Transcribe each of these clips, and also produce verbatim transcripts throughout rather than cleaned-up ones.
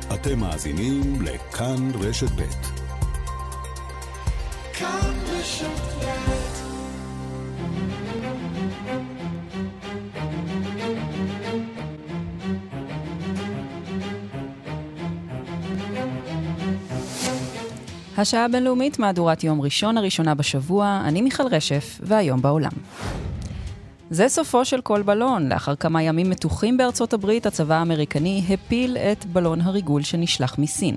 אתם מאזינים לכאן רשת ב'. כאן רשת ב'. השעה הבינלאומית, מהדורת יום ראשון הראשונה בשבוע. אני מיכל רשף, והיום בעולם. זה סופו של כל בלון. לאחר כמה ימים מתוחים בארצות הברית, הצבא האמריקני הפיל את בלון הריגול שנשלח מסין.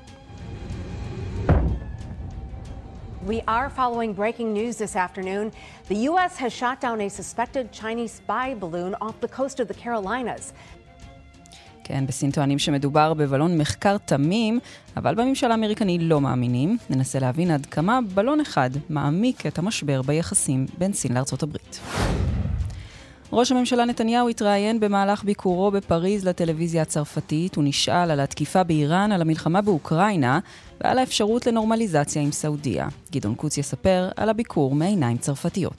We are following breaking news this afternoon. The U S has shot down a suspected Chinese spy balloon off the coast of the Carolinas. כן, בסין טוענים שמדובר בבלון מחקר תמים, אבל בממשל האמריקני לא מאמינים. ננסה להבין עד כמה בלון אחד מעמיק את המשבר ביחסים בין סין לארצות הברית. ראש הממשלה נתניהו התראיין במהלך ביקורו בפריז לטלוויזיה הצרפתית. הוא נשאל על התקיפה באיראן, על המלחמה באוקראינה ועל האפשרות לנורמליזציה עם סעודיה. גדעון קוץ יספר על הביקור מעיניים צרפתיות.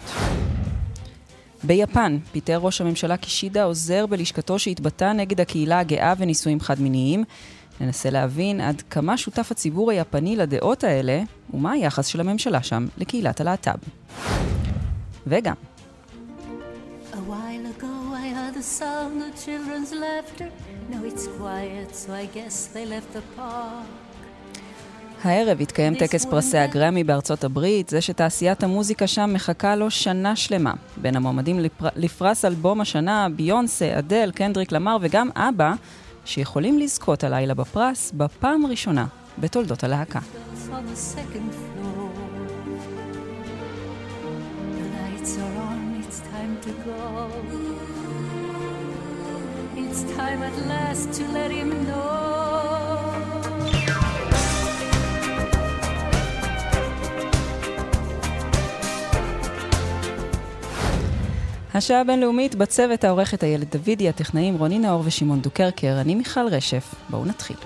ביפן, פיטר ראש הממשלה קישידה עוזר בלשכתו שהתבטא נגד הקהילה הגאה ונישואים חד-מיניים. ננסה להבין עד כמה שותף הציבור היפני לדעות האלה, ומה היחס של הממשלה שם לקהילת הלהט"ב. וגם. A while ago I heard the sound of children's laughter. Now it's quiet, so I guess they left the park. הערב התקיים טקס פרסי הגרמי בארצות הברית, זה שתעשיית המוזיקה שם מחכה לו שנה שלמה. בין המועמדים לפר... לפרס אלבום השנה, ביונסה, אדל, קנדריק למר וגם אבא, שיכולים לזכות הלילה בפרס בפעם הראשונה בתולדות הלהקה. It's time at last to let him know. השעה הבינלאומית בצוות העורכת איילת דוידי, הטכנאים רוני נאור ושמעון דוקרקר. אני מיכל רשף. בואו נתחיל.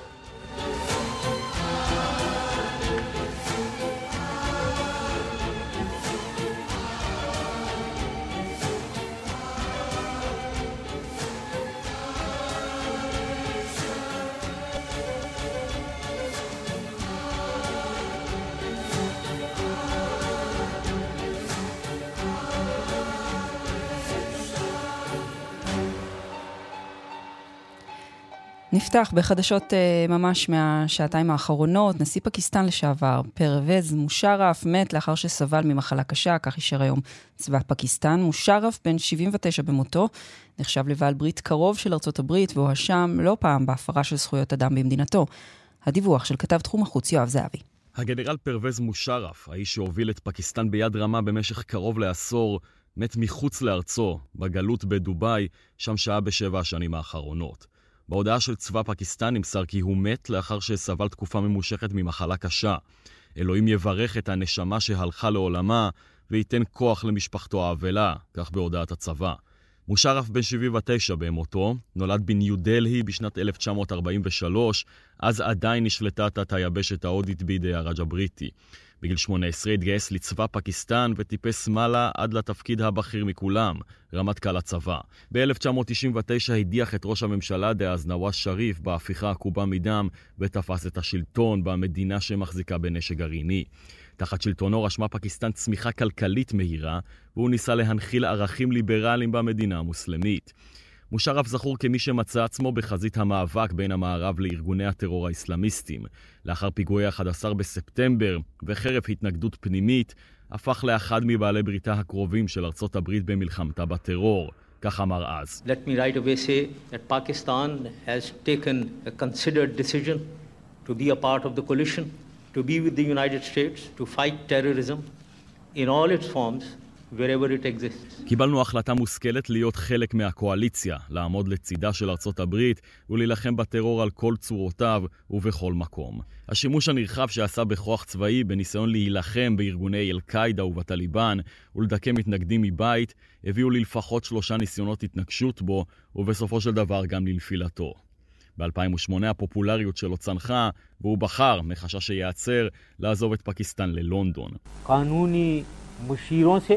נפתח בחדשות uh, ממש מהשעתיים האחרונות. נשיא פקיסטן לשעבר, פרווז מושרף, מת לאחר שסבל ממחלה קשה, כך אישר היום צבא פקיסטן. מושרף, בן שבעים ותשע במותו, נחשב לבעל ברית קרוב של ארצות הברית, והואשם לא פעם בהפרה של זכויות אדם במדינתו. הדיווח של כתב תחום החוץ יואב זהבי. הגנרל פרווז מושרף, האיש שהוביל את פקיסטן ביד רמה במשך קרוב לעשור, מת מחוץ לארצו, בגלות בדוביי, שם שעה בשבע השנים האחרונות. בהודעה של צבא פקיסטן נמסר כי הוא מת לאחר שסבל תקופה ממושכת ממחלה קשה. אלוהים יברך את הנשמה שהלכה לעולמה וייתן כוח למשפחתו האבלה, כך בהודעת הצבא. מושרף בן שבעים ותשע במותו, נולד בניו דלהי בשנת אלף תשע מאות ארבעים ושלוש, אז עדיין נשלטה תת היבשת ההודית בידי הראג' הבריטי. בגיל שמונה עשרה התגייס לצבא פקיסטן וטיפס מעלה עד לתפקיד הבכיר מכולם, רמטכ"ל הצבא. ב-אלף תשע מאות תשעים ותשע הדיח את ראש הממשלה דאז נוואז שריף בהפיכה עקובה מדם ותפס את השלטון במדינה שמחזיקה בנשק גרעיני. תחת שלטונו רשמה פקיסטן צמיחה כלכלית מהירה, והוא ניסה להנחיל ערכים ליברליים במדינה המוסלמית. מושרף זכור כמי שמצא עצמו בחזית המאבק בין המערב לארגוני הטרור האסלאמיסטים. לאחר פיגועי אחד עשר בספטמבר וחרף התנגדות פנימית, הפך לאחד מבעלי בריתה הקרובים של ארצות הברית במלחמתה בטרור. כך אמר אז. Let me right away say that Pakistan has taken a considered decision to be a part of the coalition, to be with the United States, to fight terrorism in all its forms. wherever it exists. קיבלנו החלטה מושכלת להיות חלק מהקואליציה, לעמוד לצידה של ארצות הברית ולהילחם בטרור על כל צורותיו ובכל מקום. השימוש הנרחב שעשה בכוח צבאי בניסיון להילחם בארגוני אל-קאידה ובטליבן ולדכא מתנגדים מבית, הביאו ללפחות שלושה ניסיונות התנגשות בו ובסופו של דבר גם לנפילתו. ב-אלפיים ושמונה הפופולריות שלו צנחה, והוא בחר, מחשש שיעצר, לעזוב את פקיסטן ללונדון. קאנוני משירון से,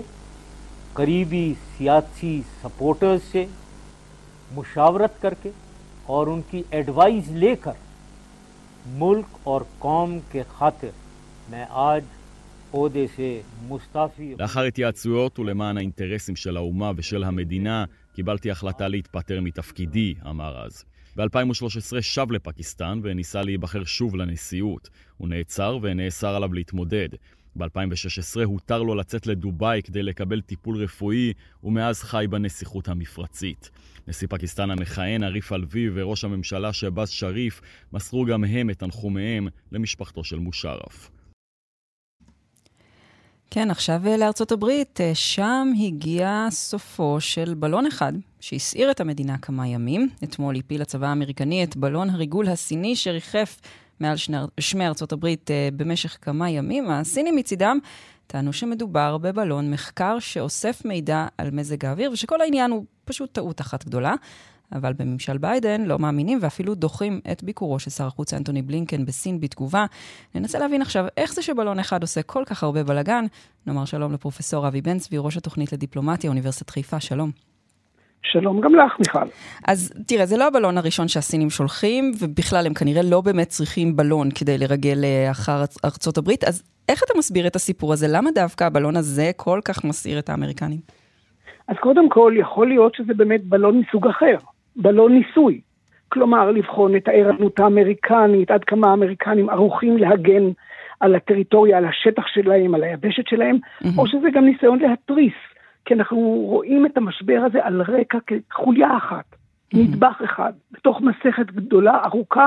करीबी सियासी सपोर्टर्स से मुशावरत करके और उनकी एडवाइस लेकर मुल्क और कौम के खातिर मैं आज עודה से मुस्ताफी. לאחר התייעצויות ולמען האינטרסים של האומה ושל המדינה, קיבלתי החלטה להתפטר מתפקידי, אמר אז. ב-אלפיים ושלוש עשרה שב לפקיסטן וניסה להיבחר שוב לנשיאות. הוא נעצר ונאסר עליו להתמודד. ב-אלפיים ושש עשרה הותר לו לצאת לדובאי כדי לקבל טיפול רפואי, ומאז חי בנסיכות המפרצית. נשיא פקיסטן המכהן עריף אלבי וראש הממשלה שבאז שריף מסרו גם הם את תנחומיהם למשפחתו של מושרף. כן, עכשיו לארצות הברית, שם הגיע סופו של בלון אחד שהסעיר את המדינה כמה ימים. אתמול הפיל הצבא האמריקני את בלון הריגול הסיני שריחף מעל שמי ארצות הברית במשך כמה ימים. הסינים מצידם טענו שמדובר בבלון מחקר שאוסף מידע על מזג האוויר, ושכל העניין הוא פשוט טעות אחת גדולה. אבל בממשל ביידן לא מאמינים ואפילו דוחים את ביקורו של שר החוץ אנטוני בלינקן בסין בתגובה. ננסה להבין עכשיו איך זה שבלון אחד עושה כל כך הרבה בלגן. נאמר שלום לפרופסור אבי בן צבי, ראש התוכנית לדיפלומטיה, אוניברסיטת חיפה. שלום. שלום גם לך, מיכל. אז תראה, זה לא הבלון הראשון שהסינים שולחים, ובכלל הם כנראה לא באמת צריכים בלון כדי לרגל אחר ארצות הברית. אז איך אתה מסביר את הסיפור הזה? למה דווקא הבלון הזה כל כך מסעיר את האמריקנים? אז קודם כל יכול להיות שזה באמת בלון מסוג אחר. בלון ניסוי, כלומר לבחון את הערנות האמריקנית, עד כמה האמריקנים ערוכים להגן על הטריטוריה, על השטח שלהם, על היבשת שלהם, mm-hmm. או שזה גם ניסיון להתריס, כי אנחנו רואים את המשבר הזה על רקע כחוליה אחת, mm-hmm. נדבך אחד, בתוך מסכת גדולה, ארוכה,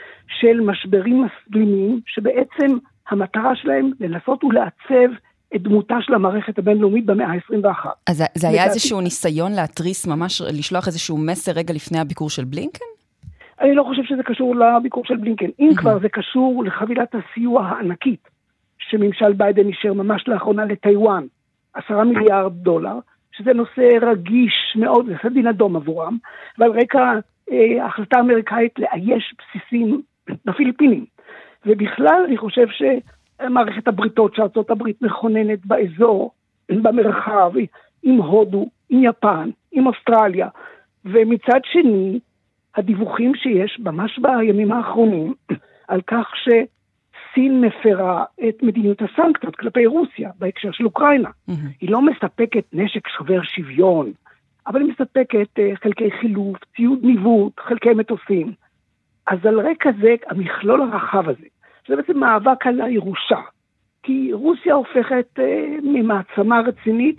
של משברים מסלימים, שבעצם המטרה שלהם לנסות ולעצב את דמותה של המערכת הבינלאומית במאה ה-עשרים ואחת. אז זה היה איזשהו ניסיון להתריס ממש, לשלוח איזשהו מסר רגע לפני הביקור של בלינקן? אני לא חושב שזה קשור לביקור של בלינקן. אם כבר זה קשור לחבילת הסיוע הענקית, שממשל ביידן אישר ממש לאחרונה לטיואן, עשרה מיליארד דולר, שזה נושא רגיש מאוד, זה דין אדום עבורם, ועל רקע אה, ההחלטה האמריקאית לאייש בסיסים בפיליפינים. ובכלל אני חושב ש... מערכת הבריתות שארצות הברית מכוננת באזור, במרחב, עם הודו, עם יפן, עם אוסטרליה, ומצד שני, הדיווחים שיש ממש בימים האחרונים, על כך שסין מפרה את מדיניות הסנקציות כלפי רוסיה, בהקשר של אוקראינה. Mm-hmm. היא לא מספקת נשק שובר שוויון, אבל היא מספקת uh, חלקי חילוף, ציוד ניווט, חלקי מטוסים. אז על רקע זה, המכלול הרחב הזה, זה בעצם מאבק על הירושה, כי רוסיה הופכת אה, ממעצמה רצינית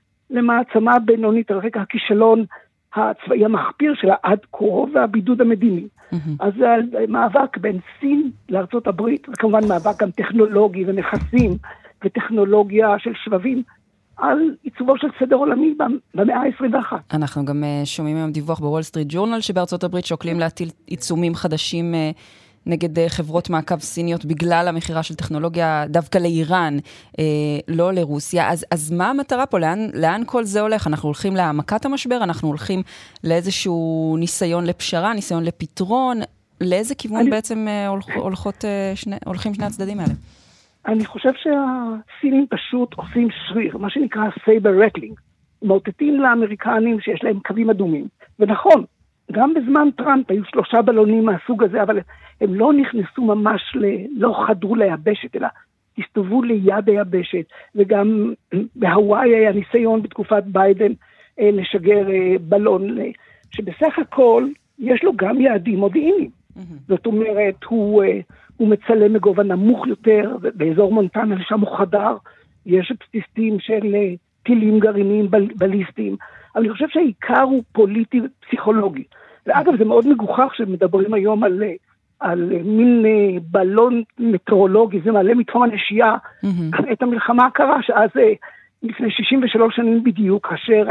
למעצמה בינונית, על רקע הכישלון הצבאי המחפיר שלה עד כה, והבידוד המדיני. Mm-hmm. אז זה מאבק בין סין לארצות הברית, וכמובן מאבק גם טכנולוגי ונכסים, וטכנולוגיה של שבבים, על עיצובו של סדר עולמי במאה ה-עשרים ואחת. אנחנו גם uh, שומעים היום דיווח בוול סטריט ג'ורנל, שבארצות הברית שוקלים להטיל עיצומים חדשים uh, נגד חברות מעקב סיניות בגלל המחירה של טכנולוגיה דווקא לאיראן, אה, לא לרוסיה. אז, אז מה המטרה פה? לאן, לאן כל זה הולך? אנחנו הולכים להעמקת המשבר? אנחנו הולכים לאיזשהו ניסיון לפשרה, ניסיון לפתרון? לאיזה כיוון אני... בעצם אה, הולכ, הולכות, אה, שני, הולכים שני הצדדים האלה? אני חושב שהסינים פשוט עושים שריר, מה שנקרא סייבר רטלינג. מאותתים לאמריקנים שיש להם קווים אדומים. ונכון, גם בזמן טראמפ היו שלושה בלונים מהסוג הזה, אבל הם לא נכנסו ממש, ל... לא חדרו ליבשת, אלא הסתובבו ליד היבשת, וגם בהוואי היה ניסיון בתקופת ביידן אה, לשגר אה, בלון, שבסך הכל יש לו גם יעדים מודיעיניים. Mm-hmm. זאת אומרת, הוא, אה, הוא מצלם מגובה נמוך יותר, באזור מונטנה, לשם הוא חדר, יש בסיסים של אה, טילים גרעיניים בל, בליסטיים, אבל אני חושב שהעיקר הוא פוליטי ופסיכולוגי. ואגב, זה מאוד מגוחך שמדברים היום על, על מין בלון מטאורולוגי, זה מעלה מתחום הנשייה, mm-hmm. את המלחמה הקרה, שאז לפני שישים ושלוש שנים בדיוק, כאשר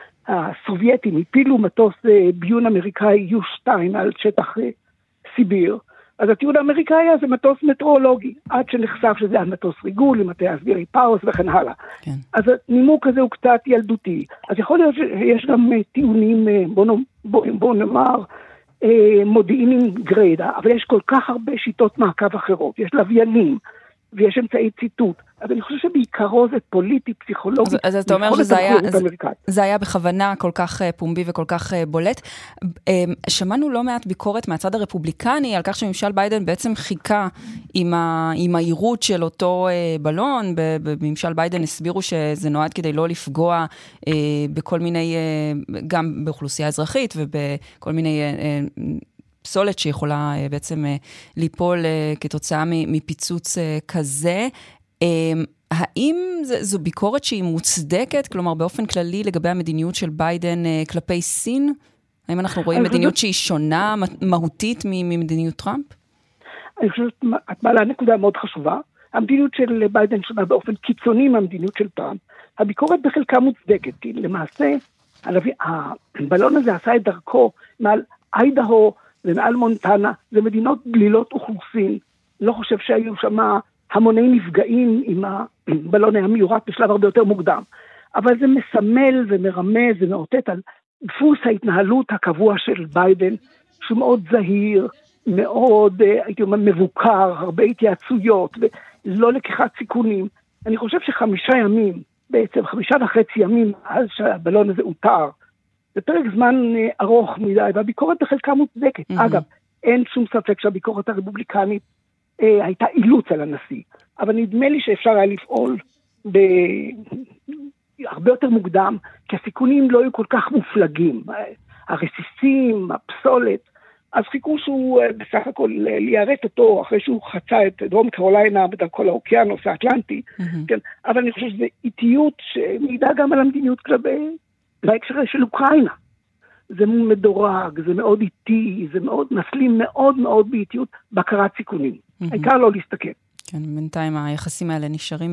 הסובייטים הפילו מטוס ביון אמריקאי יו שתיים על שטח סיביר, אז הטיעון האמריקאי היה זה מטוס מטאורולוגי, עד שנחשף שזה היה מטוס ריגול, עם מטה אווירי פאוס וכן הלאה. כן. אז הנימוק הזה הוא קצת ילדותי. אז יכול להיות שיש גם טיעונים, בוא, בוא, בוא נאמר, מודיעיניים גריידה, אבל יש כל כך הרבה שיטות מעקב אחרות. יש לוויינים, ויש אמצעי ציטוט. אז אני חושב שבעיקרו זה פוליטי, פסיכולוגי. אז, אז אתה אומר שזה היה, זה, זה היה בכוונה כל כך פומבי וכל כך בולט. שמענו לא מעט ביקורת מהצד הרפובליקני, על כך שממשל ביידן בעצם חיכה עם המהירות של אותו בלון. בממשל ביידן הסבירו שזה נועד כדי לא לפגוע בכל מיני, גם באוכלוסייה אזרחית ובכל מיני פסולת שיכולה בעצם ליפול כתוצאה מפיצוץ כזה. האם זו ביקורת שהיא מוצדקת, כלומר באופן כללי לגבי המדיניות של ביידן כלפי סין? האם אנחנו רואים מדיניות שהיא שונה, מהותית ממדיניות טראמפ? אני חושבת, את מעלה נקודה מאוד חשובה. המדיניות של ביידן שונה באופן קיצוני מהמדיניות של טראמפ. הביקורת בחלקה מוצדקת, כי למעשה הבלון הזה עשה את דרכו מעל איידהו ומעל מונטנה, זה מדינות דלילות אוכלוסין. לא חושב שהיו שם המוני נפגעים עם הבלון המיורט בשלב הרבה יותר מוקדם. אבל זה מסמל ומרמז ומאותת על דפוס ההתנהלות הקבוע של ביידן, שהוא מאוד זהיר, מאוד, הייתי אומר, מבוקר, הרבה התייעצויות, ולא לקיחת סיכונים. אני חושב שחמישה ימים, בעצם חמישה וחצי ימים, אז שהבלון הזה אותר, זה פרק זמן ארוך מדי, והביקורת בחלקה מוצדקת. Mm-hmm. אגב, אין שום ספק שהביקורת הרפובליקנית אה, הייתה אילוץ על הנשיא, אבל נדמה לי שאפשר היה לפעול בהרבה יותר מוקדם, כי הסיכונים לא היו כל כך מופלגים. הרסיסים, הפסולת, אז חיכו שהוא בסך הכל ליערת אותו אחרי שהוא חצה את דרום קרוליינה בדרכו לאוקיינוס האטלנטי, mm-hmm. כן? אבל אני חושב שזה איטיות שמעידה גם על המדיניות כלבי, בהקשר של אוקראינה. זה מדורג, זה מאוד איטי, זה מאוד נסלים מאוד מאוד באיטיות, בקרת סיכונים. Mm-hmm. העיקר לא להסתכל. כן, בינתיים היחסים האלה נשארים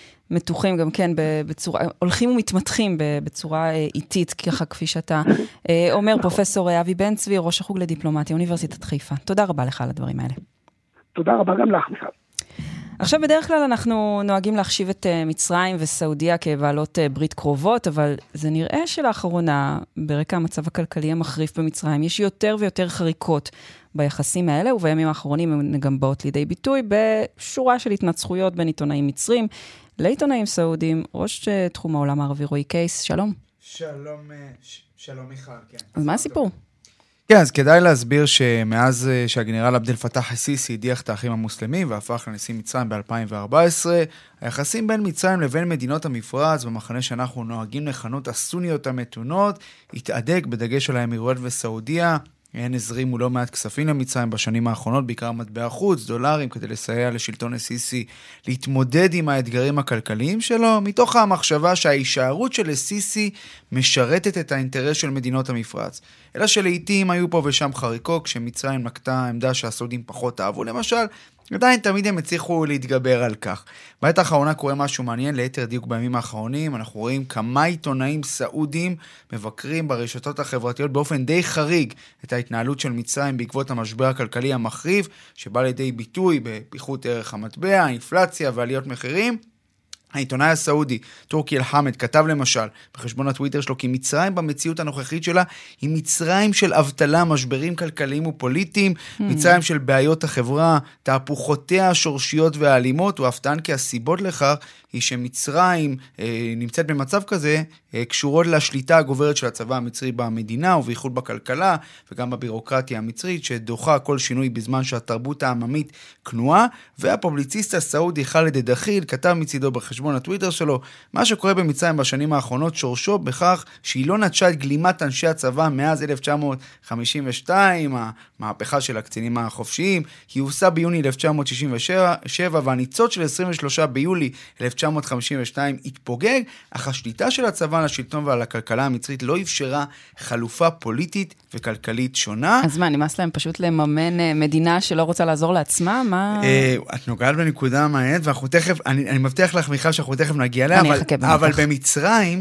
מתוחים גם כן בצורה, הולכים ומתמתחים בצורה איטית, ככה כפי שאתה אומר, פרופסור אבי בן צבי, ראש החוג לדיפלומטיה, אוניברסיטת חיפה. תודה רבה לך על הדברים האלה. תודה רבה גם לך, מיכל. עכשיו בדרך כלל אנחנו נוהגים להחשיב את מצרים וסעודיה כבעלות ברית קרובות, אבל זה נראה שלאחרונה, ברקע המצב הכלכלי המחריף במצרים, יש יותר ויותר חריקות ביחסים האלה, ובימים האחרונים הן גם באות לידי ביטוי בשורה של התנצחויות בין עיתונאים מצרים לעיתונאים סעודים. ראש תחום העולם הערבי רועי קייס, שלום. שלום, שלום מיכל, כן. אז מה הסיפור? כן, אז כדאי להסביר שמאז שהגנרל עבד אל פתח א-סיסי הדיח את האחים המוסלמים והפך לנשיא מצרים ב-אלפיים וארבע עשרה, היחסים בין מצרים לבין מדינות המפרץ, במחנה שאנחנו נוהגים לכנות הסוניות המתונות, התעדק בדגש על האמירויות וסעודיה. הן הזרימו לא מעט כספים למצרים בשנים האחרונות, בעיקר מטבע חוץ, דולרים, כדי לסייע לשלטון א-סיסי להתמודד עם האתגרים הכלכליים שלו, מתוך המחשבה שההישארות של א-סיסי משרתת את האינטרס של מדינות המפרץ. אלא שלעיתים היו פה ושם חריקות, כשמצרים נקטה עמדה שהסעודים פחות אהבו, למשל, עדיין תמיד הם הצליחו להתגבר על כך. בעת האחרונה קורה משהו מעניין, ליתר דיוק בימים האחרונים, אנחנו רואים כמה עיתונאים סעודים מבקרים ברשתות החברתיות באופן די חריג את ההתנהלות של מצרים בעקבות המשבר הכלכלי המחריף, שבא לידי ביטוי בפיחות ערך המטבע, האינפלציה ועליות מחירים. העיתונאי הסעודי, טורקי אל-חמד, כתב למשל בחשבון הטוויטר שלו כי מצרים במציאות הנוכחית שלה היא מצרים של אבטלה, משברים כלכליים ופוליטיים, mm. מצרים של בעיות החברה, תהפוכותיה השורשיות והאלימות, הוא הפתען כי הסיבות לכך היא שמצרים אה, נמצאת במצב כזה, אה, קשורות לשליטה הגוברת של הצבא המצרי במדינה, ובייחוד בכלכלה, וגם בבירוקרטיה המצרית, שדוחה כל שינוי בזמן שהתרבות העממית כנועה, והפובליציסט הסעודי חאלד א-דחיל כתב מצידו בחשבון הטוויטר שלו, מה שקורה במצרים בשנים האחרונות שורשו בכך שהיא לא נטשה את גלימת אנשי הצבא מאז אלף תשע מאות חמישים ושתיים, המהפכה של הקצינים החופשיים, היא הוסה ביוני אלף תשע מאות שישים ושבע, והניצוץ של עשרים ושלושה ביולי אלף תשע מאות חמישים ושתיים התפוגג, אך השליטה של הצבא על השלטון ועל הכלכלה המצרית לא אפשרה חלופה פוליטית וכלכלית שונה. אז מה, נמאס להם פשוט לממן מדינה שלא רוצה לעזור לעצמה? מה? את נוגעת בנקודה מעניינת, ואנחנו תכף, אני, אני מבטיח לך מיכל שאנחנו תכף נגיע אליה, אבל, אבל במצרים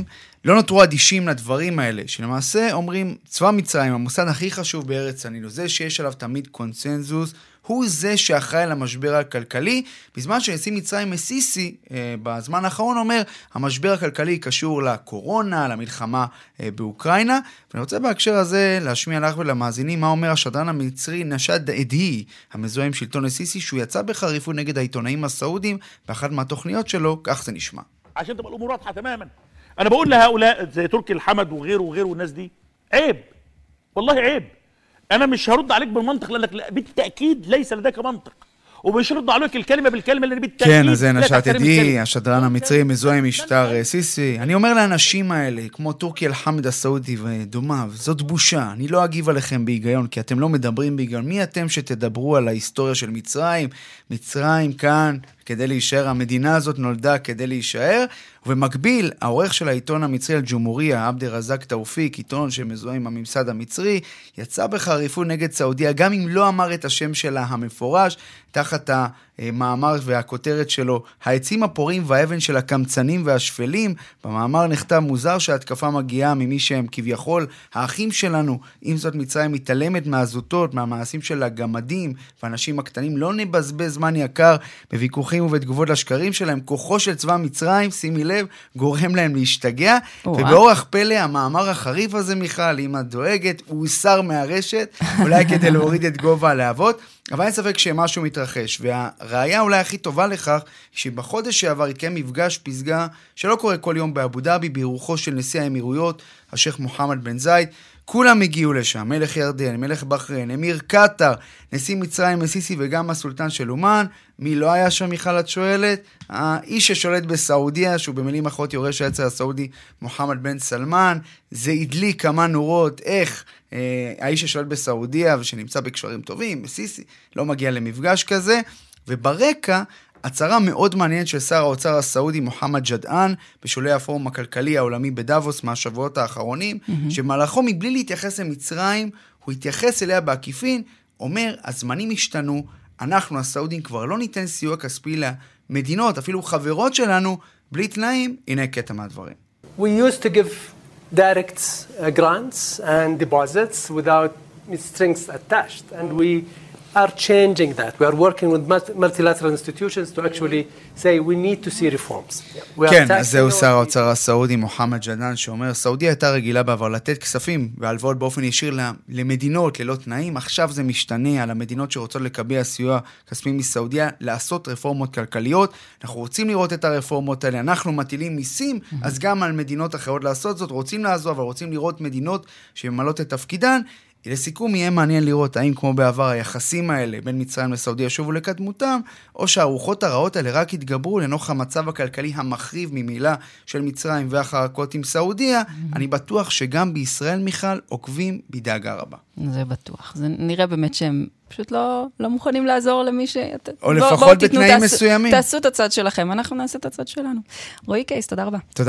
לא נותרו אדישים לדברים האלה, שלמעשה אומרים, צבא מצרים, המוסד הכי חשוב בארץ הנילוס, זה שיש עליו תמיד קונצנזוס, הוא זה שאחראי על המשבר הכלכלי, בזמן שנשיא מצרים מסיסי, אה, בזמן האחרון אומר, המשבר הכלכלי קשור לקורונה, למלחמה אה, באוקראינה, ואני רוצה בהקשר הזה להשמיע לך ולמאזינים, מה אומר השדרן המצרי נשאד אדהי, המזוהה עם שלטון הסיסי, שהוא יצא בחריפות נגד העיתונאים הסעודים, באחת מהתוכניות שלו, כך זה נשמע. عشان تبقى الامور واضحه تماما انا بقول لهؤلاء زي تركي الحمد وغيره وغيره والناس دي عيب والله عيب انا مش هرد عليك بالمنطق لانك بالتاكيد ليس لديك منطق ومش هرد عليك الكلمه بالكلمه اللي بالتاكيد כן, אז זה נשאט אדהי, השדרן המצרי מזוהה עם משטר סיסי. אני אומר לאנשים האלה, כמו טורקי אל-חמד הסעודי ודומיו, זאת בושה, אני לא אגיב עליכם בהיגיון, כי אתם לא מדברים בהיגיון. מי אתם שתדברו על ההיסטוריה של מצרים? מצרים כאן כדי להישאר, המדינה הזאת נולדה כדי להישאר, ובמקביל, העורך של העיתון המצרי אל-ג'ומהוריה, עבד רזק תאופיק, עיתון שמזוהה עם הממסד המצרי, יצא בחריפות נגד סעודיה, גם אם לא אמר את השם שלה המפורש, תחת המאמר והכותרת שלו, העצים הפורים והאבן של הקמצנים והשפלים. במאמר נכתב מוזר שההתקפה מגיעה ממי שהם כביכול האחים שלנו, אם זאת מצרים מתעלמת מהזוטות, מהמעשים של הגמדים והאנשים הקטנים, לא נבזבז זמן יקר בוויכוחים ובתגובות לשקרים שלהם. כוחו של צבא מצרים, שימי לב, גורם להם להשתגע, ובאורח פלא המאמר החריף הזה, מיכל, אם את דואגת, הוא הוסר מהרשת, אולי כדי להוריד את גובה הלהבות, אבל אין ספק שמשהו מתרחש, והראיה אולי הכי טובה לכך, שבחודש שעבר התקיים מפגש פסגה, שלא קורה כל יום באבו דאבי, באירוחו של נשיא האמירויות, השייך מוחמד בן זייד, כולם הגיעו לשם, מלך ירדן, מלך בחריין, אמיר קטר, נשיא מצרים מסיסי וגם הסולטן של אומן. מי לא היה שם, מיכל, את שואלת? האיש ששולט בסעודיה, שהוא במילים אחרות יורש העצר הסעודי, מוחמד בן סלמן. זה הדליק כמה נורות, איך אה, האיש ששולט בסעודיה ושנמצא בקשרים טובים, מסיסי, לא מגיע למפגש כזה. וברקע, הצהרה מאוד מעניינת של שר האוצר הסעודי מוחמד ג'דען, בשולי הפורום הכלכלי העולמי בדאבוס מהשבועות האחרונים, mm-hmm. שמהלכו מבלי להתייחס למצרים, הוא התייחס אליה בעקיפין, אומר, הזמנים השתנו, אנחנו הסעודים כבר לא ניתן סיוע כספי למדינות, אפילו חברות שלנו, בלי תנאים. הנה קטע מהדברים. We used to give direct uh, grants and deposits without strings attached, and we are changing that. We are working with multilateral institutions to actually say we need to see reforms. כן, אז זהו שר האוצר הסעודי מוחמד ג'דען שאומר, סעודיה הייתה רגילה בעבר לתת כספים והלוואות באופן ישיר למדינות ללא תנאים, עכשיו זה משתנה על המדינות שרוצות לקבל סיוע כספי מסעודיה לעשות רפורמות כלכליות. אנחנו רוצים לראות את הרפורמות האלה, אנחנו מטילים מיסים, אז גם על מדינות אחרות לעשות זאת, רוצים לעזור, אבל רוצים לראות מדינות שממלאות את תפקידן. לסיכום, יהיה מעניין לראות האם כמו בעבר היחסים האלה בין מצרים לסעודיה שובו לקדמותם, או שהרוחות הרעות האלה רק יתגברו לנוכח המצב הכלכלי המחריב ממילא של מצרים והחרקות עם סעודיה. Mm-hmm. אני בטוח שגם בישראל, מיכל, עוקבים בדאגה רבה. זה בטוח. זה נראה באמת שהם פשוט לא, לא מוכנים לעזור למי ש... או בוא, לפחות בוא, בתנאים תעשו, מסוימים. תעשו את הצד שלכם, אנחנו נעשה את הצד שלנו. רועי קייס, תודה רבה. תודה.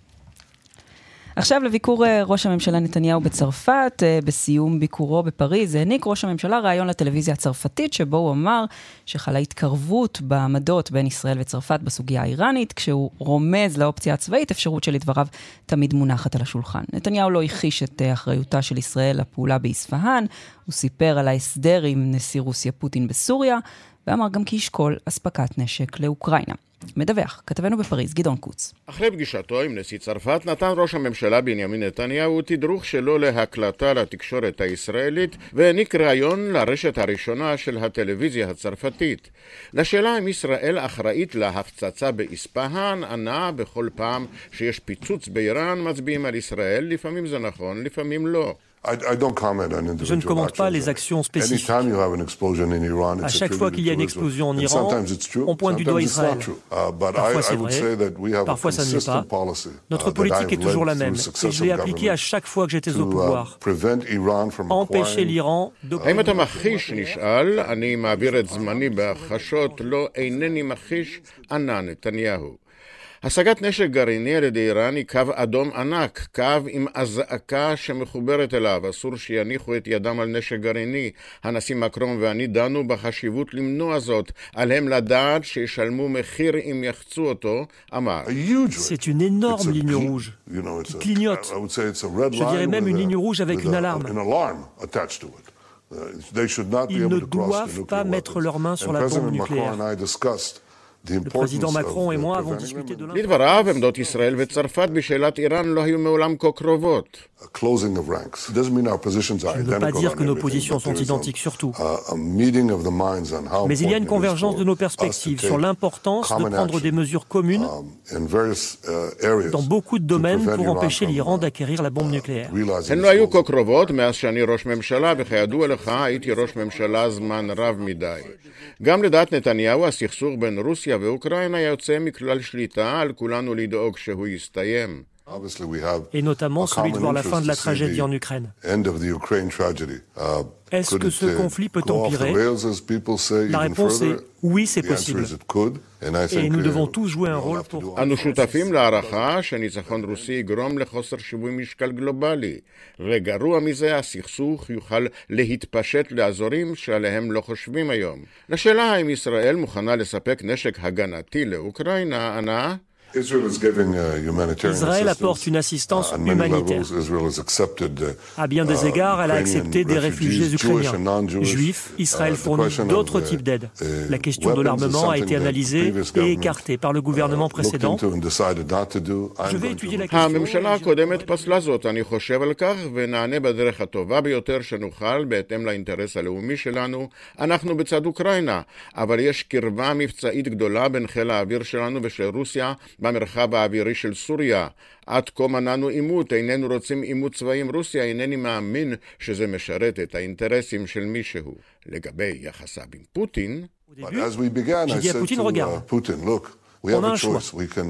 עכשיו לביקור ראש הממשלה נתניהו בצרפת, בסיום ביקורו בפריז, העניק ראש הממשלה רעיון לטלוויזיה הצרפתית, שבו הוא אמר שחלה התקרבות בעמדות בין ישראל וצרפת בסוגיה האיראנית, כשהוא רומז לאופציה הצבאית, אפשרות שלדבריו תמיד מונחת על השולחן. נתניהו לא הכחיש את אחריותה של ישראל לפעולה באספהאן, הוא סיפר על ההסדר עם נשיא רוסיה פוטין בסוריה, ואמר גם כי ישקול אספקת נשק לאוקראינה. מדווח, כתבנו בפריז, גדעון קוץ. אחרי פגישתו עם נשיא צרפת, נתן ראש הממשלה בנימין נתניהו תדרוך שלו להקלטה לתקשורת הישראלית, והעניק רעיון לרשת הראשונה של הטלוויזיה הצרפתית. לשאלה אם ישראל אחראית להפצצה באספהאן, ענה בכל פעם שיש פיצוץ באיראן, מצביעים על ישראל, לפעמים זה נכון, לפעמים לא. Je ne commente pas les actions spécifiques. À chaque fois qu'il y a une explosion en Iran, on pointe du doigt Israël. Parfois c'est vrai, parfois ça ne l'est pas. Notre politique est toujours la même, et je l'ai appliquée à chaque fois que j'étais au pouvoir. Empêcher l'Iran de... האם אתה מכחיש, נשאל, אני מעביר את זמני בהכחשות, לא אינני מכחיש, ענה נתניהו. השגת נשק גרעיני על ידי איראן היא קו אדום ענק, קו עם הזעקה שמחוברת אליו. אסור שיניחו את ידם על נשק גרעיני. הנשיא מקרון ואני דנו בחשיבות למנוע זאת. עליהם לדעת שישלמו מחיר אם יחצו אותו, אמר. C'est une énorme ligne rouge qui clignote. Je dirais même une ligne rouge avec une alarme. Ils ne doivent pas mettre leurs mains sur la bombe nucléaire. Le président Macron et moi avons discuté de l'incident. לדבריו, עמדות ישראל וצרפת בשאלת איראן לא היו מעולם כה קרובות. Je ne veux pas dire que nos positions sont identiques sur tout. Mais il y a une convergence de nos perspectives sur l'importance de prendre des mesures communes dans beaucoup de domaines pour empêcher l'Iran d'acquérir la bombe nucléaire. הן לא היו כה קרובות מאז שאני ראש ממשלה, וכידוע לך הייתי ראש ממשלה זמן רב מדי. גם לדעת נתניהו, הסכסוך בין רוסיה ואוקראינה יוצא מכלל שליטה, על כולנו לדאוג שהוא יסתיים. Et notamment celui de voir la fin de la tragédie en Ukraine. Est-ce que ce conflit peut empirer? La réponse est oui, c'est possible. Et nous devons tous jouer un rôle pour... אנו שותפים להערכה שניצחון רוסי יגרום לחוסר שיווי משקל גלובלי, וגרוע מזה הסכסוך יוכל להתפשט לאזורים שעליהם לא חושבים היום. לשאלה האם ישראל מוכנה לספק נשק הגנתי לאוקראינה, ענה... Israël apporte une assistance humanitaire. À bien des égards, elle a accepté des réfugiés ukrainiens. Juifs, Israël fournit d'autres types d'aides. La question de l'armement a été analysée et écartée par le gouvernement précédent. Je vais étudier la question. הממשלה הקודמת פסלה זאת, אני חושב על כך, ונענה בדרך הטובה ביותר שנוכל, בהתאם לאינטרס הלאומי שלנו. אנחנו בצד אוקראינה, אבל יש קרבה מבצעית גדולה בין חיל האוויר שלנו ושל רוסיה, במרחב האווירי של סוריה. עד כה מנענו עימות, איננו רוצים עימות צבאי עם רוסיה, אינני מאמין שזה משרת את האינטרסים של מישהו. לגבי יחסיו עם פוטין... J'ai dit à Poutine, regarde, on a un choix.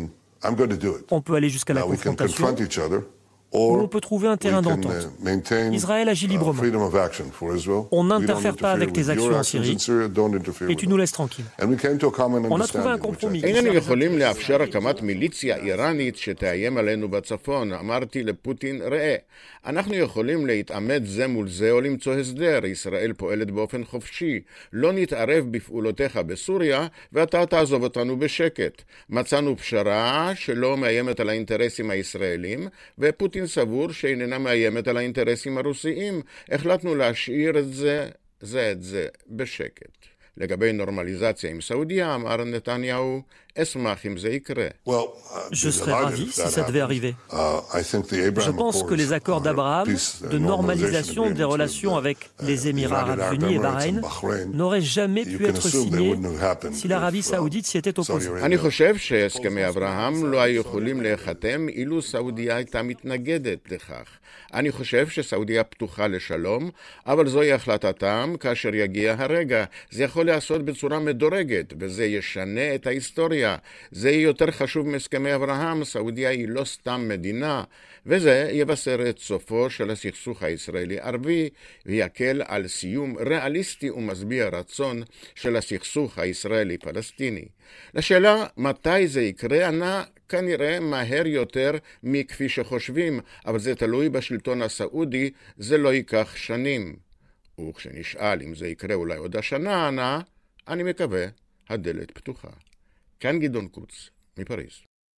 On peut aller jusqu'à la confrontation, où on peut trouver un terrain d'entente. Israël agit librement. On n'interfère pas avec tes actions en Syrie et tu nous laisses tranquilles. On a trouvé un compromis. איננו יכולים לאפשר הקמת מיליציה איראנית שתאיים עלינו בצפון. אמרתי לפוטין, ראה, אנחנו יכולים להתעמת זה מול זה או למצוא הסדר. ישראל פועלת באופן חופשי. לא נתערב בפעולותיך בסוריה ואתה תעזוב אותנו בשקט. מצאנו פשרה שלא מאיימת על האינטרסים הישראלים, ופוטין סבור שאיננה מאיימת על האינטרסים הרוסיים. החלטנו להשאיר את זה, זה את זה, בשקט. לגבי נורמליזציה עם סעודיה, אמר נתניהו, אשמח אם זה יקרה. Je serais ravi si ça devait arriver. Je pense que les accords d'Abraham de normalisation des relations avec les Émirats arabes unis et Bahreïn n'auraient jamais pu être signés si l'Arabie saoudite s'y était opposée. אני חושב שהסכמי אברהם לא היו יכולים להיחתם אילו סעודיה הייתה מתנגדת לכך. אני חושב שסעודיה פתוחה לשלום, אבל זוהי החלטתם כאשר יגיע הרגע. זה יכול לעשות בצורה מדורגת, וזה ישנה את ההיסטוריה. זה יותר חשוב מהסכמי אברהם, סעודיה היא לא סתם מדינה, וזה יבשר את סופו של הסכסוך הישראלי-ערבי, ויקל על סיום ריאליסטי ומשביע רצון של הסכסוך הישראלי-פלסטיני. לשאלה מתי זה יקרה, ענה כנראה מהר יותר מכפי שחושבים, אבל זה תלוי בשלטון הסעודי, זה לא ייקח שנים. וכשנשאל אם זה יקרה אולי עוד השנה, ענה, אני מקווה, הדלת פתוחה. כאן גדעון קוץ, מפריז.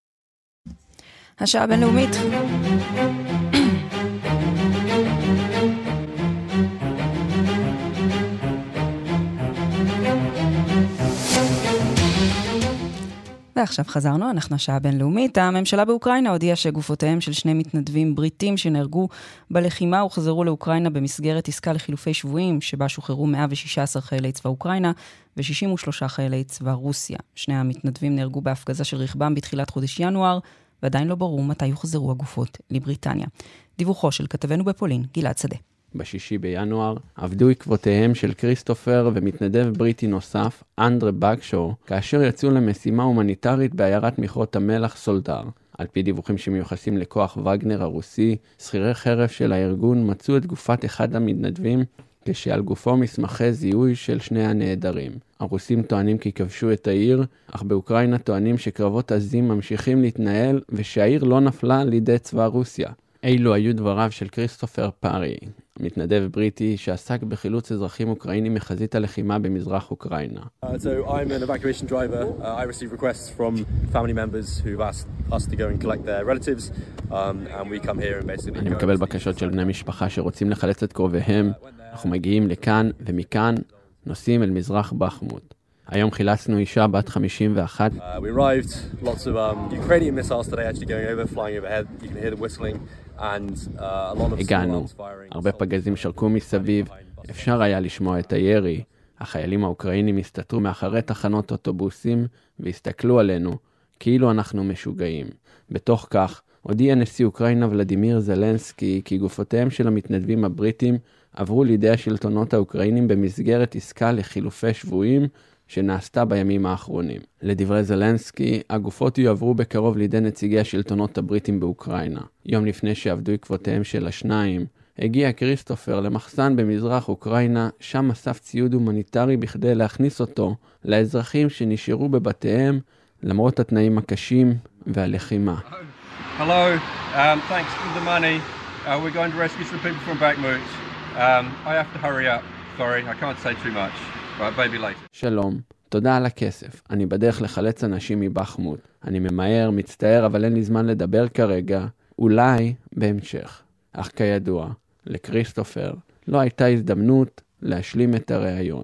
השעה הבינלאומית. ועכשיו חזרנו, אנחנו השעה הבינלאומית. הממשלה באוקראינה הודיעה שגופותיהם של שני מתנדבים בריטים שנהרגו בלחימה וחזרו לאוקראינה במסגרת עסקה לחילופי שבויים, שבה שוחררו מאה ושישה עשר חיילי צבא אוקראינה ו-שישים ושלושה חיילי צבא רוסיה. שני המתנדבים נהרגו בהפגזה של רכבם בתחילת חודש ינואר, ועדיין לא ברור מתי יוחזרו הגופות לבריטניה. דיווחו של כתבנו בפולין, גלעד שדה. בשישי בינואר עבדו עקבותיהם של כריסטופר ומתנדב בריטי נוסף, אנדרה בקשו, כאשר יצאו למשימה הומניטרית בעיירת מכרות המלח סולדר. על פי דיווחים שמיוחסים לכוח וגנר הרוסי, שכירי חרב של הארגון מצאו את גופת אחד המתנדבים, כשעל גופו מסמכי זיהוי של שני הנעדרים. הרוסים טוענים כי כבשו את העיר, אך באוקראינה טוענים שקרבות עזים ממשיכים להתנהל ושהעיר לא נפלה לידי צבא רוסיה. אילו היו דבריו של כריסטופר פארי, מתנדב בריטי שעסק בחילוץ אזרחים אוקראינים מחזית הלחימה במזרח אוקראינה. Uh, so I'm an evacuation driver. Uh, I receive requests from family members who've asked us to go and collect their relatives, um, and we come here and basically... אני מקבל בקשות של בני משפחה שרוצים לחלץ את קרוביהם. אנחנו מגיעים לכאן ומכאן נוסעים אל מזרח בחמוד. היום חילצנו אישה בת חמישים ואחת. Uh, we arrived, lots of um, Ukrainian missiles today actually going over, flying overhead. You can hear them whistling. הגענו, הרבה פגזים שרקו מסביב, אפשר היה לשמוע את הירי. החיילים האוקראינים הסתתרו מאחורי תחנות אוטובוסים והסתכלו עלינו כאילו אנחנו משוגעים. בתוך כך הודיע נשיא אוקראינה ולדימיר זלנסקי כי גופותיהם של המתנדבים הבריטים עברו לידי השלטונות האוקראינים במסגרת עסקה לחילופי שבויים שנעשתה בימים האחרונים. לדברי זלנסקי, הגופות יועברו בקרוב לידי נציגי השלטונות הבריטים באוקראינה. יום לפני שעבדו עקבותיהם של השניים, הגיע כריסטופר למחסן במזרח אוקראינה, שם אסף ציוד הומניטרי בכדי להכניס אותו לאזרחים שנשארו בבתיהם, למרות התנאים הקשים והלחימה. Hello, um, thanks for the money. Uh, we're going to rescue some people from Bakhmut. Um, I have to hurry up. Sorry, I can't say too much. Right, maybe later. שלום, תודה על הכסף. אני בדרך לחלץ אנשים מבחמות. אני ממהר, מצטער, אבל אין לי זמן לדבר כרגע. אולי בהמשך. אך כידוע, לקריסטופר לא הייתה הזדמנות להשלים את הרעיון.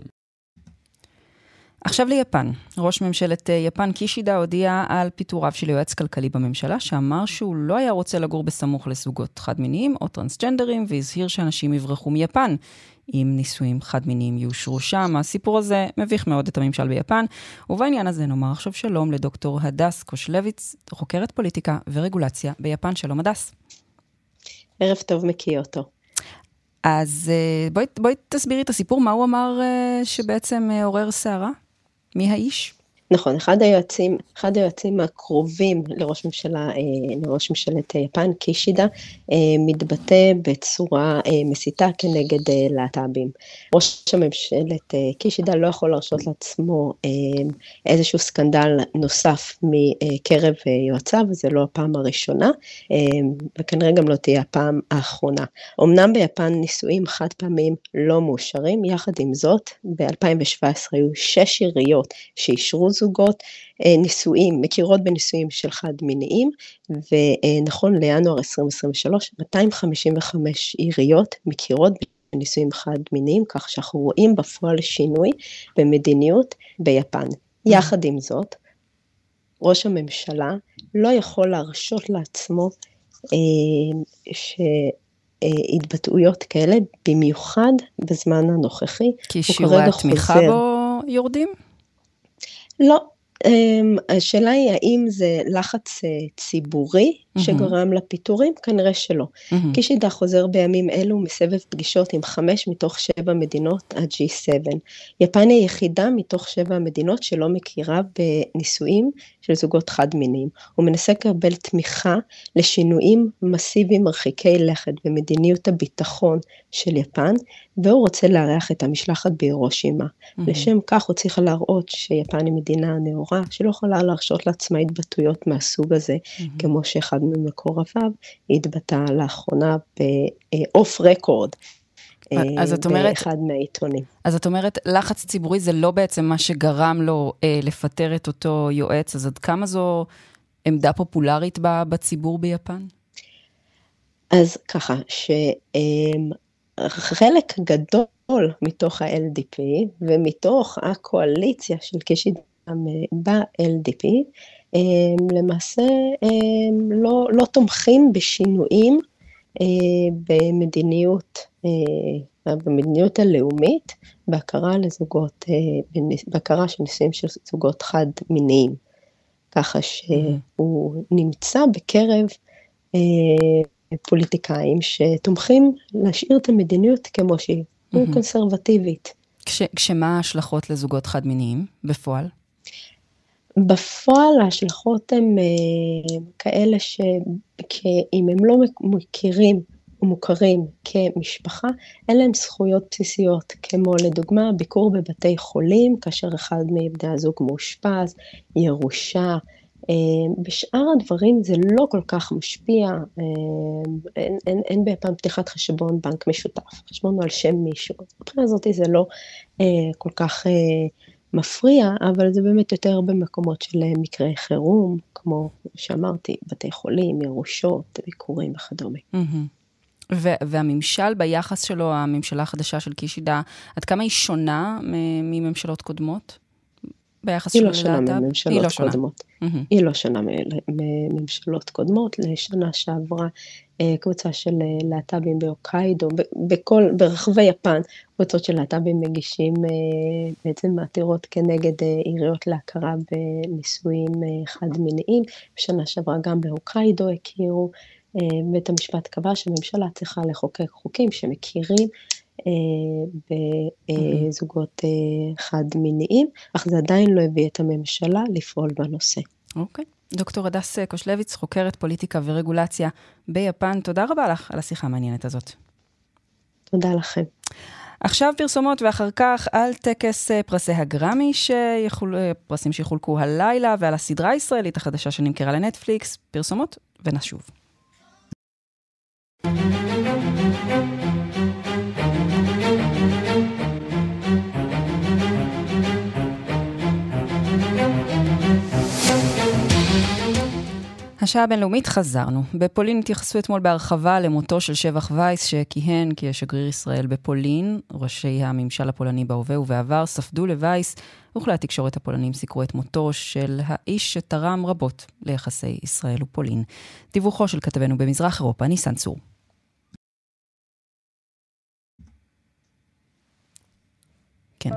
עכשיו ליפן. ראש ממשלת יפן קישידה הודיע על פיטוריו של יועץ כלכלי בממשלה, שאמר שהוא לא היה רוצה לגור בסמוך לזוגות חד-מיניים או טרנסג'נדרים, והזהיר שאנשים יברחו מיפן. אם נישואים חד-מיניים יאושרו שם, הסיפור הזה מביך מאוד את הממשל ביפן, ובעניין הזה נאמר עכשיו שלום לדוקטור הדס קושלביץ, חוקרת פוליטיקה ורגולציה ביפן. שלום הדס. ערב טוב מקיוטו. אז בואי, בואי תסבירי את הסיפור, מה הוא אמר שבעצם עורר שערה? מי האיש? נכון, אחד היועצים, אחד היועצים הקרובים לראש ממשלה, לראש ממשלת יפן, קישידה, מתבטא בצורה מסיתה כנגד להט"בים. ראש הממשלת קישידה לא יכול להרשות לעצמו איזשהו סקנדל נוסף מקרב יועציו, וזה לא הפעם הראשונה, וכנראה גם לא תהיה הפעם האחרונה. אמנם ביפן נישואים חד פעמים לא מאושרים, יחד עם זאת, ב-אלפיים שבע עשרה היו שש עיריות שאישרו זוגות, נישואים, מכירות בנישואים של חד מיניים, ונכון לינואר עשרים עשרים ושלוש, מאתיים חמישים וחמש עיריות מכירות בנישואים חד מיניים, כך שאנחנו רואים בפועל שינוי במדיניות ביפן. יחד עם זאת, ראש הממשלה לא יכול להרשות לעצמו שהתבטאויות כאלה, במיוחד בזמן הנוכחי. כי שיעורי התמיכה בו יורדים? לא, השאלה היא האם זה לחץ ציבורי שגרם לפיטורים? כנראה שלא. קישידה חוזר בימים אלו מסבב פגישות עם חמש מתוך שבע מדינות ה-ג'י סבע. יפן היא היחידה מתוך שבע המדינות שלא מכירה בנישואים של זוגות חד מיניים. הוא מנסה לקבל תמיכה לשינויים מסיביים מרחיקי לכת במדיניות הביטחון של יפן, והוא רוצה לארח את המשלחת בהירושימה. לשם כך הוא צריך להראות שיפן היא מדינה נאורה, שלא יכולה להרשות לעצמה התבטאויות מהסוג הזה, כמו שאחד ממקורביו התבטא לאחרונה באוף רקורד, באחד מהעיתונים. אז את אומרת, לחץ ציבורי זה לא בעצם מה שגרם לו אה, לפטר את אותו יועץ, אז עד כמה זו עמדה פופולרית בציבור ביפן? אז ככה, שחלק גדול מתוך ה-אל די פי, ומתוך הקואליציה של קישידה ב-אל די פי, למעשה לא, לא תומכים בשינויים במדיניות, במדיניות הלאומית, בהכרה לזוגות, בהכרה של נישואים של זוגות חד מיניים. ככה שהוא נמצא בקרב פוליטיקאים שתומכים להשאיר את המדיניות כמו שהיא, קונסרבטיבית. כש, כשמה ההשלכות לזוגות חד מיניים בפועל? בפועל ההשלכות הן כאלה שאם הם לא מכירים ומוכרים כמשפחה, אין להם זכויות בסיסיות, כמו לדוגמה ביקור בבתי חולים, כאשר אחד מבני הזוג מאושפז, ירושה, בשאר הדברים זה לא כל כך משפיע, אין, אין, אין ביפן פתיחת חשבון בנק משותף, חשבון הוא על שם מישהו, מבחינה הזאת זה לא כל כך מפריע, אבל זה באמת יותר במקומות של מקרי חירום, כמו שאמרתי, בתי חולים, ירושות, ביקורים וכדומה. והממשל ביחס שלו, הממשלה החדשה של קישידה, עד כמה היא שונה מממשלות קודמות? ביחס היא שלו לא שונה ללהט"ב? מממשלות היא לא שונה. קודמות. היא לא שונה מממשלות קודמות. לשנה שעברה קבוצה של להט"בים בהוקיידו, בכל, ברחבי יפן, קבוצות של להט"בים מגישים בעצם מעתירות כנגד עיריות להכרה בנישואים חד מיניים. בשנה שעברה גם בהוקיידו הכירו, בית המשפט קבע שהממשלה צריכה לחוקק חוקים שמכירים בזוגות חד מיניים, אך זה עדיין לא הביא את הממשלה לפעול בנושא. אוקיי. דוקטור הדס קושלביץ, חוקרת פוליטיקה ורגולציה ביפן, תודה רבה לך על השיחה המעניינת הזאת. תודה לכם. עכשיו פרסומות ואחר כך על טקס פרסי הגרמי, שיחול... פרסים שיחולקו הלילה, ועל הסדרה הישראלית החדשה שנמכרה לנטפליקס. פרסומות ונשוב. השעה הבינלאומית חזרנו. בפולין התייחסו אתמול בהרחבה למותו של שבח וייס, שכיהן כשגריר ישראל בפולין. ראשי הממשל הפולני בהווה ובעבר ספדו לווייס, וכלי התקשורת הפולנים סיקרו את מותו של האיש שתרם רבות ליחסי ישראל ופולין. דיווחו של כתבנו במזרח אירופה, ניסן צור. כן.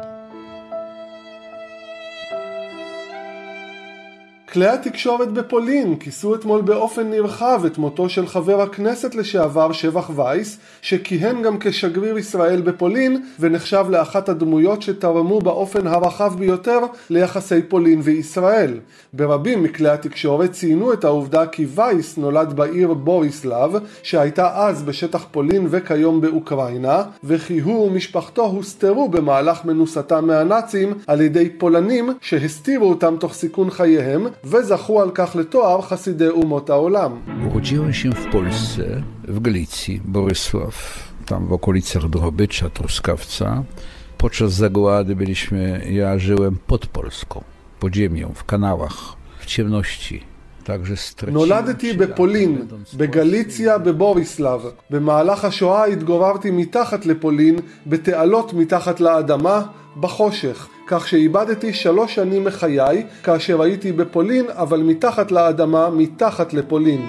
כלי התקשורת בפולין כיסו אתמול באופן נרחב את מותו של חבר הכנסת לשעבר שבח וייס, שכיהן גם כשגריר ישראל בפולין ונחשב לאחת הדמויות שתרמו באופן הרחב ביותר ליחסי פולין וישראל. ברבים מכלי התקשורת ציינו את העובדה כי וייס נולד בעיר בוריסלב, שהייתה אז בשטח פולין וכיום באוקראינה, וכי הוא ומשפחתו הוסתרו במהלך מנוסתם מהנאצים על ידי פולנים שהסתירו אותם תוך סיכון חייהם, וזכו על כך לתואר חסידי אומות העולם. Urodziłem się w Polsce, w Galicji, Borysław, tam w okolicach Drohobycza, Truskawca. Podczas zagłady byliśmy, ja żyłem pod Polską, pod ziemią, w kanałach, w ciemności. נולדתי בפולין, בגליציה, בבוריסלב. במהלך השואה התגוררתי מתחת לפולין, בתעלות מתחת לאדמה, בחושך, כך שאיבדתי שלוש שנים מחיי, כאשר הייתי בפולין, אבל מתחת לאדמה, מתחת לפולין.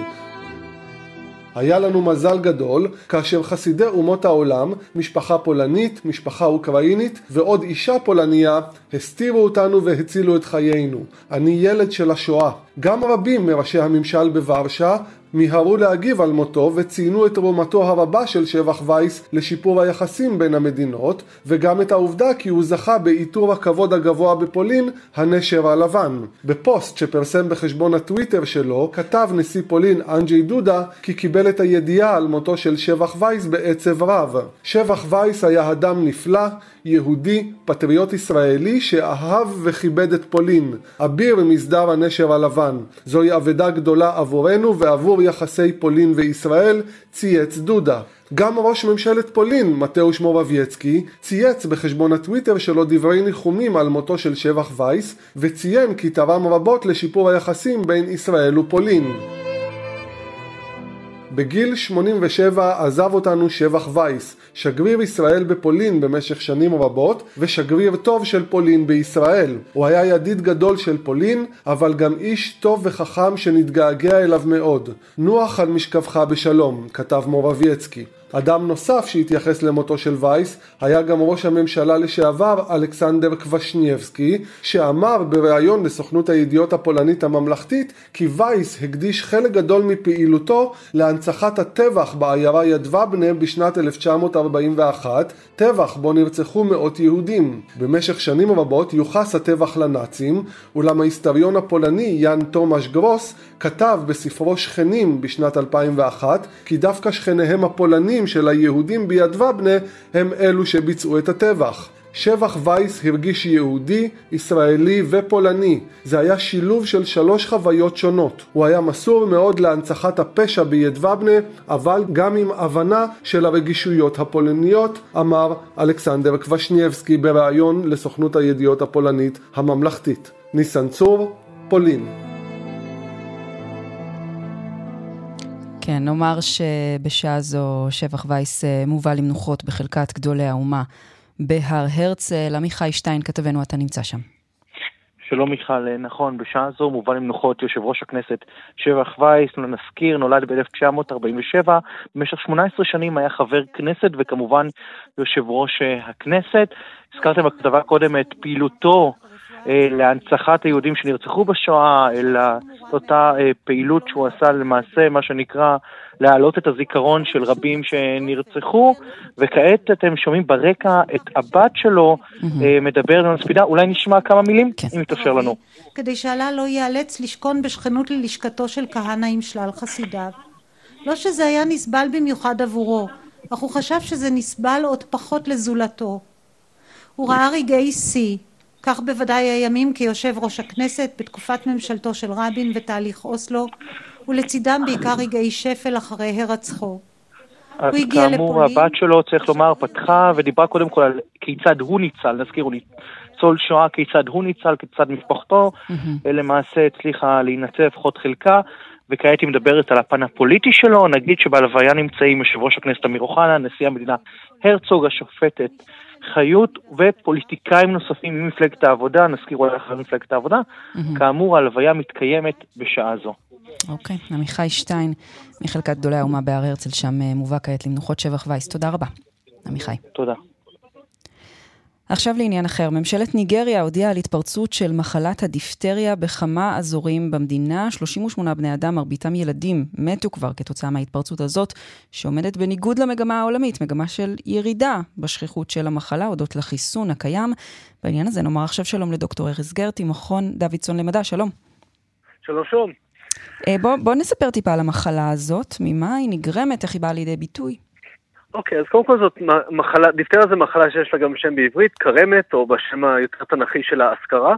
היה לנו מזל גדול, כאשר חסידי אומות העולם, משפחה פולנית, משפחה אוקראינית ועוד אישה פולניה, הסתירו אותנו והצילו את חיינו. אני ילד של השואה. גם רבים מראשי הממשל בוורשה מיהרו להגיב על מותו וציינו את תרומתו הרבה של שבח וייס לשיפור היחסים בין המדינות, וגם את העובדה כי הוא זכה בעיטור הכבוד הגבוה בפולין, הנשר הלבן. בפוסט שפרסם בחשבון הטוויטר שלו, כתב נשיא פולין אנג'י דודה כי קיבל את הידיעה על מותו של שבח וייס בעצב רב. שבח וייס היה אדם נפלא, יהודי, פטריוט ישראלי שאהב וכיבד את פולין, אביר מסדר הנשר הלבן. זוהי אבדה גדולה עבורנו ועבור יחסי פולין וישראל, צייץ דודה. גם ראש ממשלת פולין, מתאוש מורבייצקי, צייץ בחשבון הטוויטר שלו דברי ניחומים על מותו של שבח וייס, וציין כי תרם רבות לשיפור היחסים בין ישראל ופולין. בגיל שמונים ושבע עזב אותנו שבח וייס, שגריר ישראל בפולין במשך שנים רבות, ושגריר טוב של פולין בישראל. הוא היה ידיד גדול של פולין, אבל גם איש טוב וחכם שנתגעגע אליו מאוד. נוח על משכבך בשלום, כתב מורבייצקי. אדם נוסף שהתייחס למותו של וייס היה גם ראש הממשלה לשעבר אלכסנדר קוושניבסקי, שאמר בריאיון לסוכנות הידיעות הפולנית הממלכתית כי וייס הקדיש חלק גדול מפעילותו להנצחת הטבח בעיירה ידוובנה בשנת אלף תשע מאות ארבעים ואחת, טבח בו נרצחו מאות יהודים. במשך שנים רבות יוחס הטבח לנאצים, אולם ההיסטוריון הפולני יאן תומאש גרוס כתב בספרו שכנים בשנת אלפיים ואחת כי דווקא שכניהם הפולנים של היהודים בידוובנה הם אלו שביצעו את הטבח. שבח וייס הרגיש יהודי, ישראלי ופולני. זה היה שילוב של שלוש חוויות שונות. הוא היה מסור מאוד להנצחת הפשע בידוובנה, אבל גם עם הבנה של הרגישויות הפולניות, אמר אלכסנדר קוושניבסקי בריאיון לסוכנות הידיעות הפולנית הממלכתית. ניסן צור, פולין. כן, נאמר שבשעה זו שבח וייס מובא למנוחות בחלקת גדולי האומה בהר הרצל. עמיחי שטיין כתבנו, אתה נמצא שם. שלום מיכל, נכון, בשעה זו מובא למנוחות יושב ראש הכנסת שבח וייס. נזכיר, נולד ב-אלף תשע מאות ארבעים ושבע, במשך שמונה עשרה שנים היה חבר כנסת וכמובן יושב ראש הכנסת. הזכרתם בכתבה קודם את פעילותו להנצחת היהודים שנרצחו בשואה, אלא אותה פעילות שהוא עשה למעשה מה שנקרא להעלות את הזיכרון של רבים שנרצחו, וכעת אתם שומעים ברקע את הבת שלו מדבר למספידה. אולי נשמע כמה מילים, אם יתאפשר לנו. כדי שעלה לא ייאלץ לשכון בשכנות ללשכתו של כהנא עם שלל חסידיו. לא שזה היה נסבל במיוחד עבורו, אך הוא חשב שזה נסבל עוד פחות לזולתו. הוא ראה רגעי שיא, כך בוודאי הימים כיושב ראש הכנסת בתקופת ממשלתו של רבין ותהליך אוסלו, ולצידם בעיקר רגעי שפל אחרי הרצחו. אז כאמור, הבת שלו, צריך לומר, פתחה ודיברה קודם כל על כיצד הוא ניצל, נזכיר, הוא ניצול שואה, כיצד הוא ניצל, כיצד משפחתו, ולמעשה הצליחה להינצל לפחות חלקה, וכעת היא מדברת על הפן הפוליטי שלו. נגיד שבהלוויה נמצאים יושב ראש הכנסת אמיר אוחנה, נשיא המדינה הרצוג, השופטת חיות ופוליטיקאים נוספים ממפלגת העבודה, נזכיר אולי אחרי מפלגת העבודה. כאמור, ההלוויה מתקיימת בשעה זו. אוקיי, עמיחי שטיין מחלקת גדולי האומה בהר הרצל, שם מובא כעת למנוחות שבח וייס. תודה רבה, עמיחי. תודה. עכשיו לעניין אחר, ממשלת ניגריה הודיעה על התפרצות של מחלת הדיפתריה בכמה אזורים במדינה. שלושים ושמונה בני אדם, מרביתם ילדים, מתו כבר כתוצאה מההתפרצות הזאת, שעומדת בניגוד למגמה העולמית, מגמה של ירידה בשכיחות של המחלה, הודות לחיסון הקיים. בעניין הזה נאמר עכשיו שלום לדוקטור ארז גרטי, מכון דוידסון למדע. שלום. שלום שלום. בוא, בוא נספר טיפה על המחלה הזאת, ממה היא נגרמת, איך היא באה לידי ביטוי. אוקיי, אז קודם כל זאת מחלה, דיפתריה זה מחלה שיש לה גם שם בעברית, קרמת, או בשם היותר תנכי של האזכרה,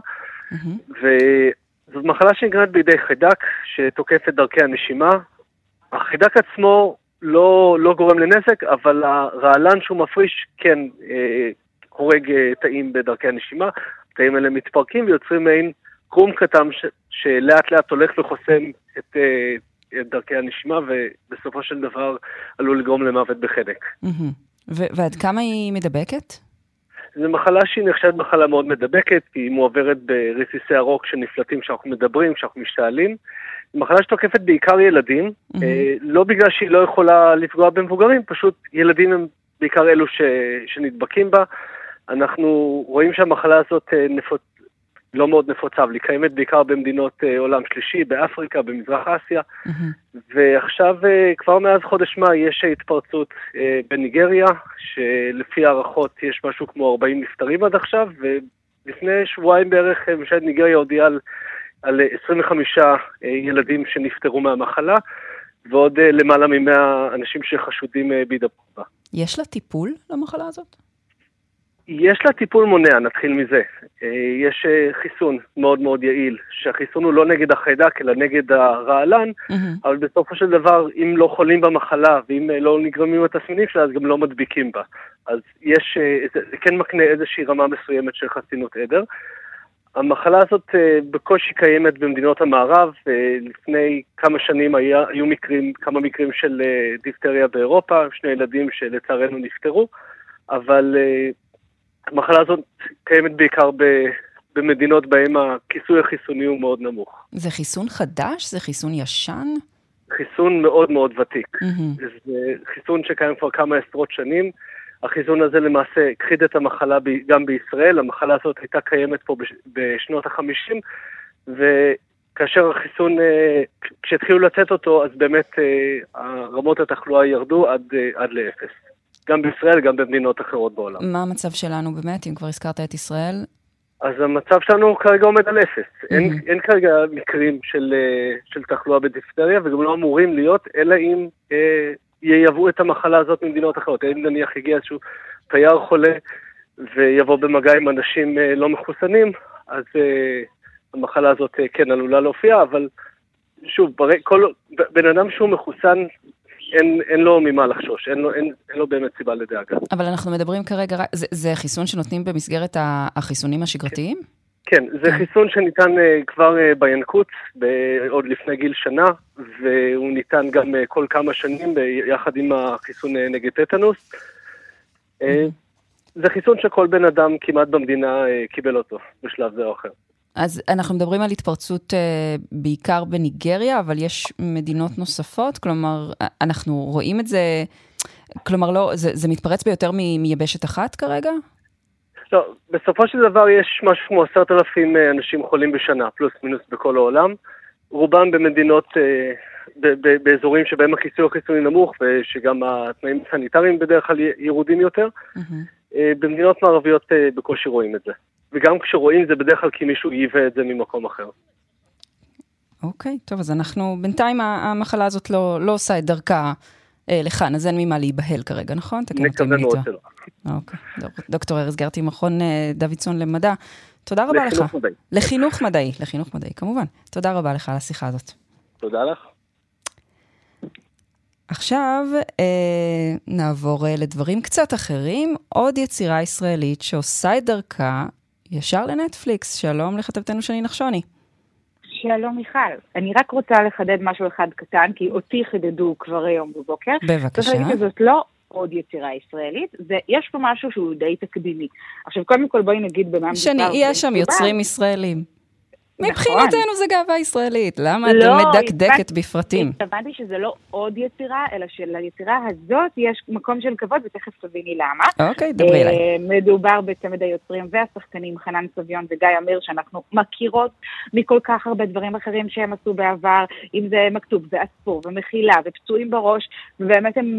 וזאת מחלה שנגרמת בידי חיידק שתוקף את דרכי הנשימה. החיידק עצמו לא, לא גורם לנזק, אבל הרעלן שהוא מפריש כן אה, הורג אה, תאים בדרכי הנשימה. תאים האלה מתפרקים ויוצרים מעין קרום קטן ש, שלאט לאט הולך וחוסם את... אה, את דרכי הנשימה, ובסופו של דבר עלול לגרום למוות בחנק. ועד כמה היא מדבקת? זו מחלה שהיא נחשבת מחלה מאוד מדבקת, כי היא מועברת ברסיסי הרוק שנפלטים כשאנחנו מדברים, כשאנחנו משתעלים. זו מחלה שתוקפת בעיקר ילדים, לא בגלל שהיא לא יכולה לפגוע במבוגרים, פשוט ילדים הם בעיקר אלו שנדבקים בה. אנחנו רואים שהמחלה הזאת נפוץ, לא מאוד נפוצה, אבל היא קיימת בעיקר במדינות uh, עולם שלישי, באפריקה, במזרח אסיה, mm-hmm. ועכשיו uh, כבר מאז חודש מאי יש התפרצות uh, בניגריה, שלפי הערכות יש משהו כמו ארבעים נפטרים עד עכשיו, ולפני שבועיים בערך ממשלת ניגריה הודיעה על, על עשרים וחמישה uh, ילדים שנפטרו מהמחלה, ועוד uh, למעלה ממאה אנשים שחשודים uh, בהידבקות בה. יש לה טיפול למחלה הזאת? יש לה טיפול מונע, נתחיל מזה. יש חיסון מאוד מאוד יעיל, שהחיסון הוא לא נגד החיידק, אלא נגד הרעלן, mm-hmm. אבל בסופו של דבר, אם לא חולים במחלה, ואם לא נגרמים התסמינים שלה, אז גם לא מדביקים בה. אז יש, זה כן מקנה איזושהי רמה מסוימת של חסינות עדר. המחלה הזאת בקושי קיימת במדינות המערב, לפני כמה שנים היה, היו מקרים, כמה מקרים של דיפתריה באירופה, שני ילדים שלצערנו נפטרו, אבל המחלה הזאת קיימת בעיקר במדינות בהן הכיסוי החיסוני הוא מאוד נמוך. זה חיסון חדש? זה חיסון ישן? חיסון מאוד מאוד ותיק. זה חיסון שקיים כבר כמה עשרות שנים. החיסון הזה למעשה הכחיד את המחלה גם בישראל. המחלה הזאת הייתה קיימת פה בשנות החמישים, וכאשר החיסון, כשהתחילו לצאת אותו, אז באמת רמות התחלואה ירדו עד, עד לאפס. גם בישראל, גם במדינות אחרות בעולם. מה המצב שלנו באמת, אם כבר הזכרת את ישראל? אז המצב שלנו כרגע עומד על אפס. Mm-hmm. אין, אין כרגע מקרים של, של תחלואה בדיפתריה, וגם לא אמורים להיות, אלא אם אה, ייבאו את המחלה הזאת ממדינות אחרות. אם נניח הגיע איזשהו תייר חולה, ויבוא במגע עם אנשים אה, לא מחוסנים, אז אה, המחלה הזאת אה, כן עלולה להופיע, אבל שוב, ברי, כל, בן אדם שהוא מחוסן, אין, אין לו ממה לחשוש, אין לו, אין, אין לו באמת סיבה לדאגה. אבל אנחנו מדברים כרגע, זה, זה חיסון שנותנים במסגרת החיסונים השגרתיים? כן, זה כן. חיסון שניתן uh, כבר uh, בינקות, ב- עוד לפני גיל שנה, והוא ניתן גם uh, כל כמה שנים, ביחד עם החיסון uh, נגד טטנוס. Uh, זה חיסון שכל בן אדם כמעט במדינה uh, קיבל אותו, בשלב זה או אחר. אז אנחנו מדברים על התפרצות uh, בעיקר בניגריה, אבל יש מדינות נוספות, כלומר, אנחנו רואים את זה, כלומר, לא, זה, זה מתפרץ ביותר מ- מיבשת אחת כרגע? לא, בסופו של דבר יש משהו כמו עשרת אלפים אנשים חולים בשנה, פלוס מינוס בכל העולם, רובם במדינות, uh, ב- ב- באזורים שבהם הכיסוי החיסוני נמוך, ושגם התנאים הסניטריים בדרך כלל ירודים יותר, mm-hmm. uh, במדינות מערביות uh, בקושי רואים את זה. וגם כשרואים זה בדרך כלל כי מישהו ייבא את זה ממקום אחר. אוקיי, טוב, אז אנחנו, בינתיים המחלה הזאת לא, לא עושה את דרכה אה, לכאן, אז אין ממה להיבהל כרגע, נכון? נקווה מאוד שלא. אוקיי, דוקטור ארז גרטי, מכון דוידסון למדע, תודה רבה לך. לחינוך מדעי. לחינוך מדעי, לחינוך מדעי, כמובן. תודה רבה לך על השיחה הזאת. תודה לך. עכשיו אה, נעבור אה, לדברים קצת אחרים, עוד יצירה ישראלית שעושה את דרכה, ישר לנטפליקס. שלום לכתבתנו שני נחשוני. שלום מיכל. אני רק רוצה לחדד משהו אחד קטן, כי אותי חידדו כבר היום בבוקר. בבקשה. צריך להגיד שזאת לא עוד יצירה ישראלית, זה, יש פה משהו שהוא די תקדימי. עכשיו, קודם כל בואי נגיד במה... שני, יש שם יוצרים ישראלים. מבחינתנו זה גאווה ישראלית. למה את מדקדקת בפרטים? התכוונתי שזה לא עוד יצירה, אלא שליצירה הזאת יש מקום של כבוד, ותכף תביני למה. אוקיי, דברי אליי. מדובר בצמד היוצרים והשחקנים חנן סביון וגיא אמיר, שאנחנו מכירות מכל כך הרבה דברים אחרים שהם עשו בעבר, אם זה מכתוב ואספור ומחילה ופצועים בראש, ובאמת הם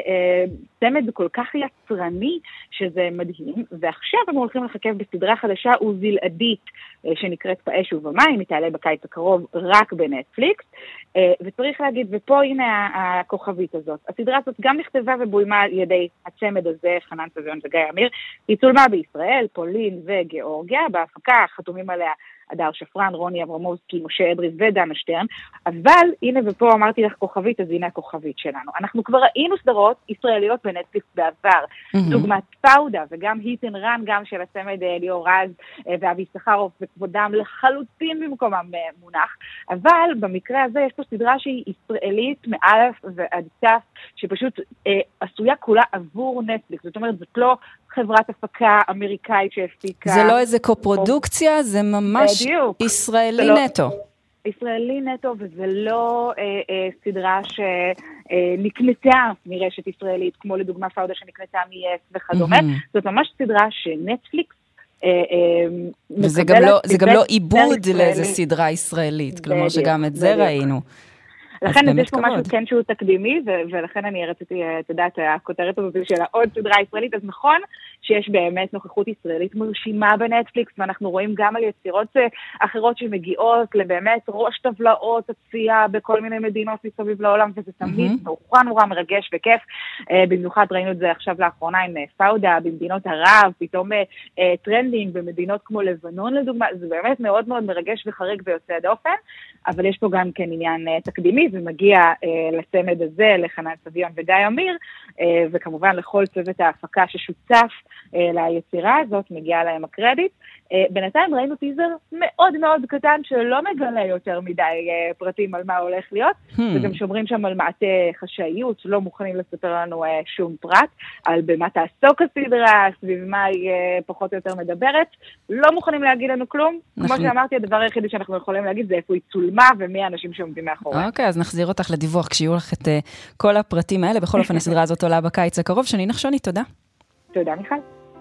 צמד כל כך יצרני שזה מדהים, ועכשיו הם הולכים לחכב בסדרה חדשה ובלעדית שנקראת פאש ובמים, היא תעלה בקיץ הקרוב רק בנטפליקס, וצריך להגיד, ופה הנה הכוכבית הזאת, הסדרה הזאת גם נכתבה ובוימה על ידי הצמד הזה, חנן סביון וגיא אמיר, היא צולמה בישראל, פולין וגיאורגיה, בהפקה חתומים עליה אדר שפרן, רוני אברמובסקי, משה אדרי ודנה שטרן, אבל הנה ופה אמרתי לך כוכבית, אז הנה הכוכבית שלנו. אנחנו כבר ראינו סדרות ישראליות בנטפליקס בעבר, mm-hmm. דוגמת פאודה וגם היט אנד רן, גם של הצמד ליאור רז ואבי סחרוף וכבודם לחלוטין במקומם מונח, אבל במקרה הזה יש פה סדרה שהיא ישראלית מאלף ועד תף, שפשוט אה, עשויה כולה עבור נטפליקס, זאת אומרת, זאת לא חברת הפקה אמריקאית שהפיקה. זה לא איזה קופרודוקציה, זה ממש בדיוק. ישראלי לא, נטו. ישראלי נטו, וזה לא אה, אה, סדרה שנקנתה אה, מרשת ישראלית, כמו לדוגמה פאודה שנקנתה מ-יס וכדומה. Mm-hmm. זאת ממש סדרה שנטפליקס אה, אה, וזה גם לא, זה גם לא עיבוד לאיזה סדרה ישראלית, כלומר שגם את זה ראינו. לכן יש פה משהו כן שהוא תקדימי, ולכן אני רציתי, את יודעת, הכותרת הזאת של עוד סדרה ישראלית, אז נכון שיש באמת נוכחות ישראלית מרשימה בנטפליקס, ואנחנו רואים גם על יצירות אחרות שמגיעות לבאמת ראש טבלאות הצפייה בכל מיני מדינות מסביב לעולם, וזה תמיד נורא נורא מרגש וכיף, במיוחד ראינו את זה עכשיו לאחרונה עם פאודה, במדינות ערב, פתאום טרנדינג במדינות כמו לבנון לדוגמה, זה באמת מאוד מאוד מרגש וחריג ויוצא דופן, אבל יש פה גם כן עניין תקדימי, ומגיע אה, לצמד הזה, לחנן סביון וגיא אמיר, אה, וכמובן לכל צוות ההפקה ששותף ליצירה הזאת, מגיע להם הקרדיט. בינתיים ראינו טיזר מאוד מאוד קטן שלא מגלה יותר מדי פרטים על מה הולך להיות, וגם שומרים שם על מעטה חשאיות, לא מוכנים לספר לנו שום פרט, על במה תעסוק הסדרה, סביב מה היא פחות או יותר מדברת, לא מוכנים להגיד לנו כלום. כמו שאמרתי, הדבר היחידי שאנחנו יכולים להגיד זה איפה היא צולמה ומי האנשים שעומדים מאחורי. אוקיי, אז נחזיר אותך לדיווח כשיהיו לך את כל הפרטים האלה. בכל אופן הסדרה הזאת עולה בקיץ הקרוב. שני נחשוני, תודה. תודה מיכל.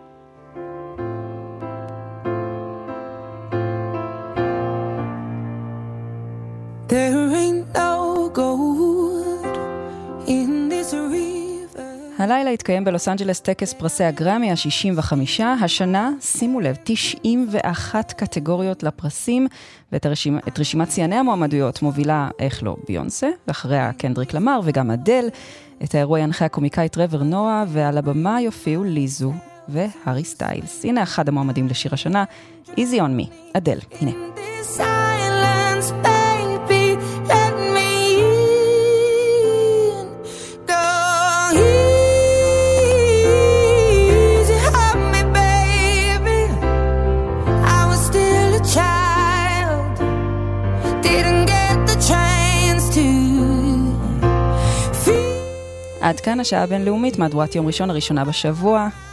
There ain't no gold in this river. הלילה התקיים בלוס אנג'לס טקס פרסי הגרמי ה-שישים וחמש. השנה, שימו לב, תשעים ואחת קטגוריות לפרסים, ואת הרשימה, את רשימת שיאני המועמדויות מובילה, איך לא, ביונסה, ואחריה קנדריק למר וגם אדל. את האירוע ינחה הקומיקאית טרוור נואה, ועל הבמה יופיעו ליזו והארי סטיילס. הנה אחד המועמדים לשיר השנה, Easy on Me, אדל, הנה. עד כאן השעה הבינלאומית, מהדורת יום ראשון הראשונה בשבוע.